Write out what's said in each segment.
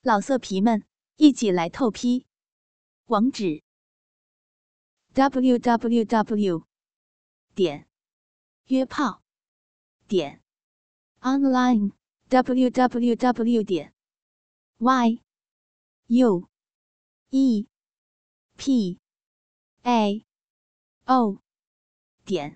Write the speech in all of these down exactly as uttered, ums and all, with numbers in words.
老色皮们，一起来透批！网址 ：double u double u double u 点约炮点 online double u double u double u 点 y u e p a o 点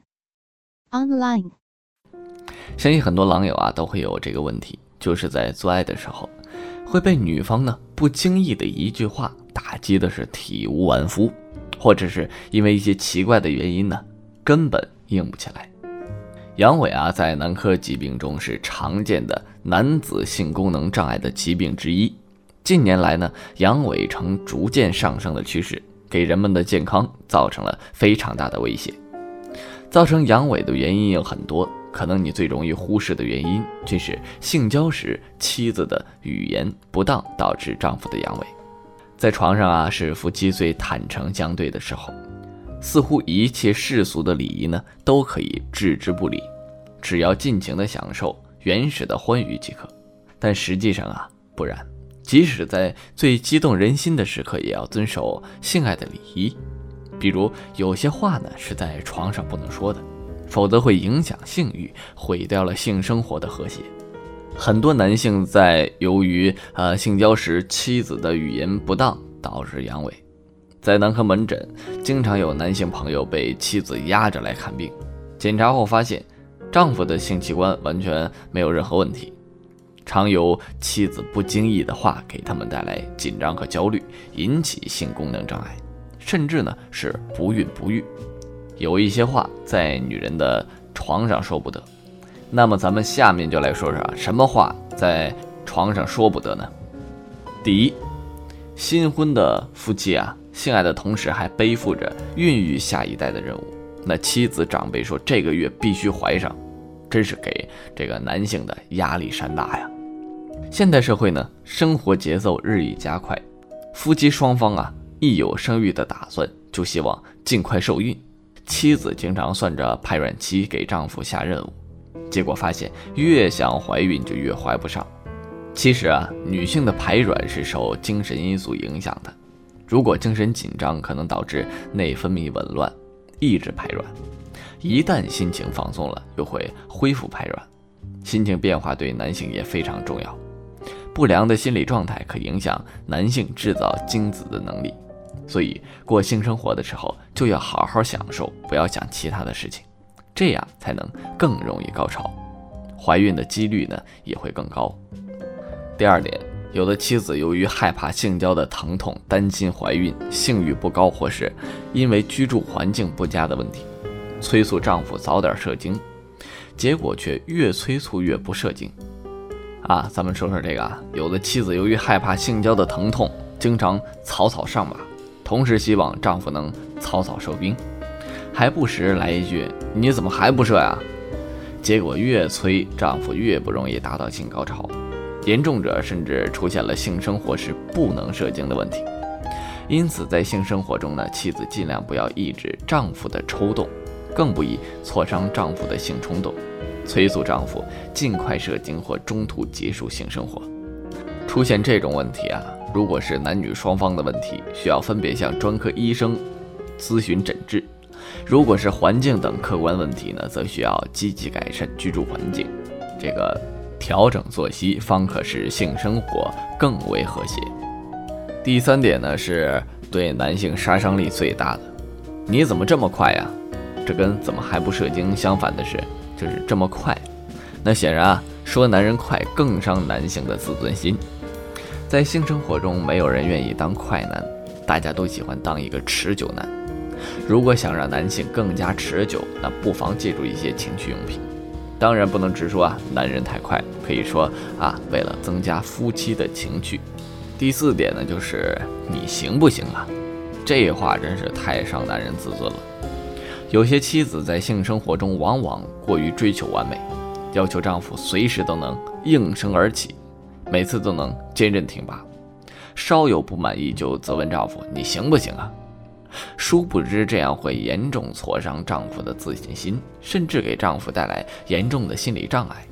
online。 相信很多狼友啊都会有这个问题，就是在做爱的时候会被女方呢不经意的一句话打击的是体无完肤，或者是因为一些奇怪的原因呢根本硬不起来。阳痿啊在男科疾病中是常见的男子性功能障碍的疾病之一，近年来呢阳痿呈逐渐上升的趋势，给人们的健康造成了非常大的威胁。造成阳痿的原因有很多，可能你最容易忽视的原因却是性交时妻子的语言不当导致丈夫的阳痿。在床上啊是夫妻最坦诚相对的时候，似乎一切世俗的礼仪呢都可以置之不理，只要尽情的享受原始的欢愉即可。但实际上啊不然，即使在最激动人心的时刻也要遵守性爱的礼仪。比如有些话呢是在床上不能说的，否则会影响性欲，毁掉了性生活的和谐。很多男性在由于呃性交时妻子的语言不当导致阳痿。在男科门诊，经常有男性朋友被妻子压着来看病，检查后发现丈夫的性器官完全没有任何问题，常由妻子不经意的话给他们带来紧张和焦虑，引起性功能障碍，甚至呢是不孕不育。有一些话在女人的床上说不得，那么咱们下面就来说说什么话在床上说不得呢？第一，新婚的夫妻啊，性爱的同时还背负着孕育下一代的任务，那妻子长辈说这个月必须怀上，真是给这个男性的压力山大呀。现代社会呢，生活节奏日益加快，夫妻双方啊一有生育的打算，就希望尽快受孕。妻子经常算着排卵期给丈夫下任务，结果发现越想怀孕就越怀不上。其实啊，女性的排卵是受精神因素影响的，如果精神紧张，可能导致内分泌紊乱，抑制排卵；一旦心情放松了，又会恢复排卵。心情变化对男性也非常重要，不良的心理状态可影响男性制造精子的能力。所以过性生活的时候就要好好享受，不要想其他的事情，这样才能更容易高潮，怀孕的几率呢也会更高。第二点，有的妻子由于害怕性交的疼痛，担心怀孕，性欲不高，或是因为居住环境不佳的问题，催促丈夫早点射精，结果却越催促越不射精啊。咱们说说这个啊，有的妻子由于害怕性交的疼痛，经常草草上马，同时希望丈夫能草草收兵，还不时来一句你怎么还不射呀？结果越催丈夫越不容易达到性高潮，严重者甚至出现了性生活时不能射精的问题。因此在性生活中呢，妻子尽量不要抑制丈夫的抽动，更不宜挫伤丈夫的性冲动，催促丈夫尽快射精或中途结束性生活。出现这种问题啊，如果是男女双方的问题，需要分别向专科医生咨询诊治；如果是环境等客观问题呢，则需要积极改善居住环境，这个调整作息，方可使性生活更为和谐。第三点呢，是对男性杀伤力最大的，你怎么这么快呀？这跟怎么还不射精相反的是，就是这么快。那显然啊，说男人快更伤男性的自尊心。在性生活中，没有人愿意当快男，大家都喜欢当一个持久男。如果想让男性更加持久，那不妨借助一些情趣用品。当然不能直说啊，男人太快，可以说啊，为了增加夫妻的情趣。第四点呢，就是你行不行啊？这话真是太伤男人自尊了。有些妻子在性生活中往往过于追求完美，要求丈夫随时都能应声而起，每次都能坚韧挺拔，稍有不满意就责问丈夫你行不行啊？殊不知这样会严重挫伤丈夫的自信心，甚至给丈夫带来严重的心理障碍。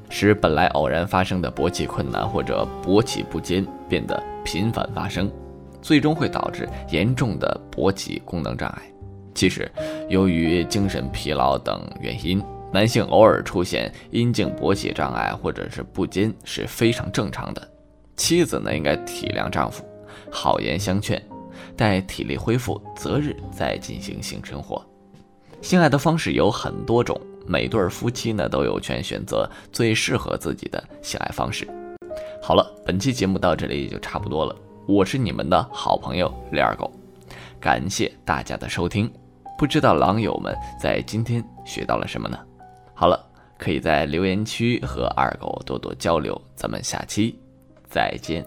使本来偶然发生的勃起困难或者勃起不坚变得频繁发生，最终会导致严重的勃起功能障碍。其实，由于精神疲劳等原因，男性偶尔出现阴茎勃起障碍或者是不坚是非常正常的。妻子呢，应该体谅丈夫，好言相劝，待体力恢复择日再进行性生活。性爱的方式有很多种，每对夫妻呢都有权选择最适合自己的性爱方式。好了，本期节目到这里也就差不多了，我是你们的好朋友李二狗，感谢大家的收听。不知道狼友们在今天学到了什么呢？好了，可以在留言区和二狗多多交流，咱们下期再见。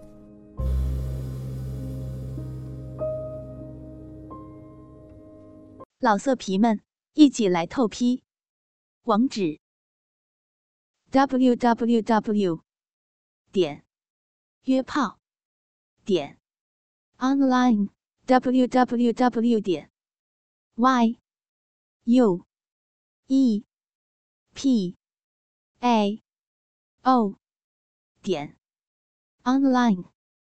老色皮们，一起来透批！网址 ：double-u double-u double-u 点约炮点 online double-u double-u double-u 点 y u e p a o 点 online。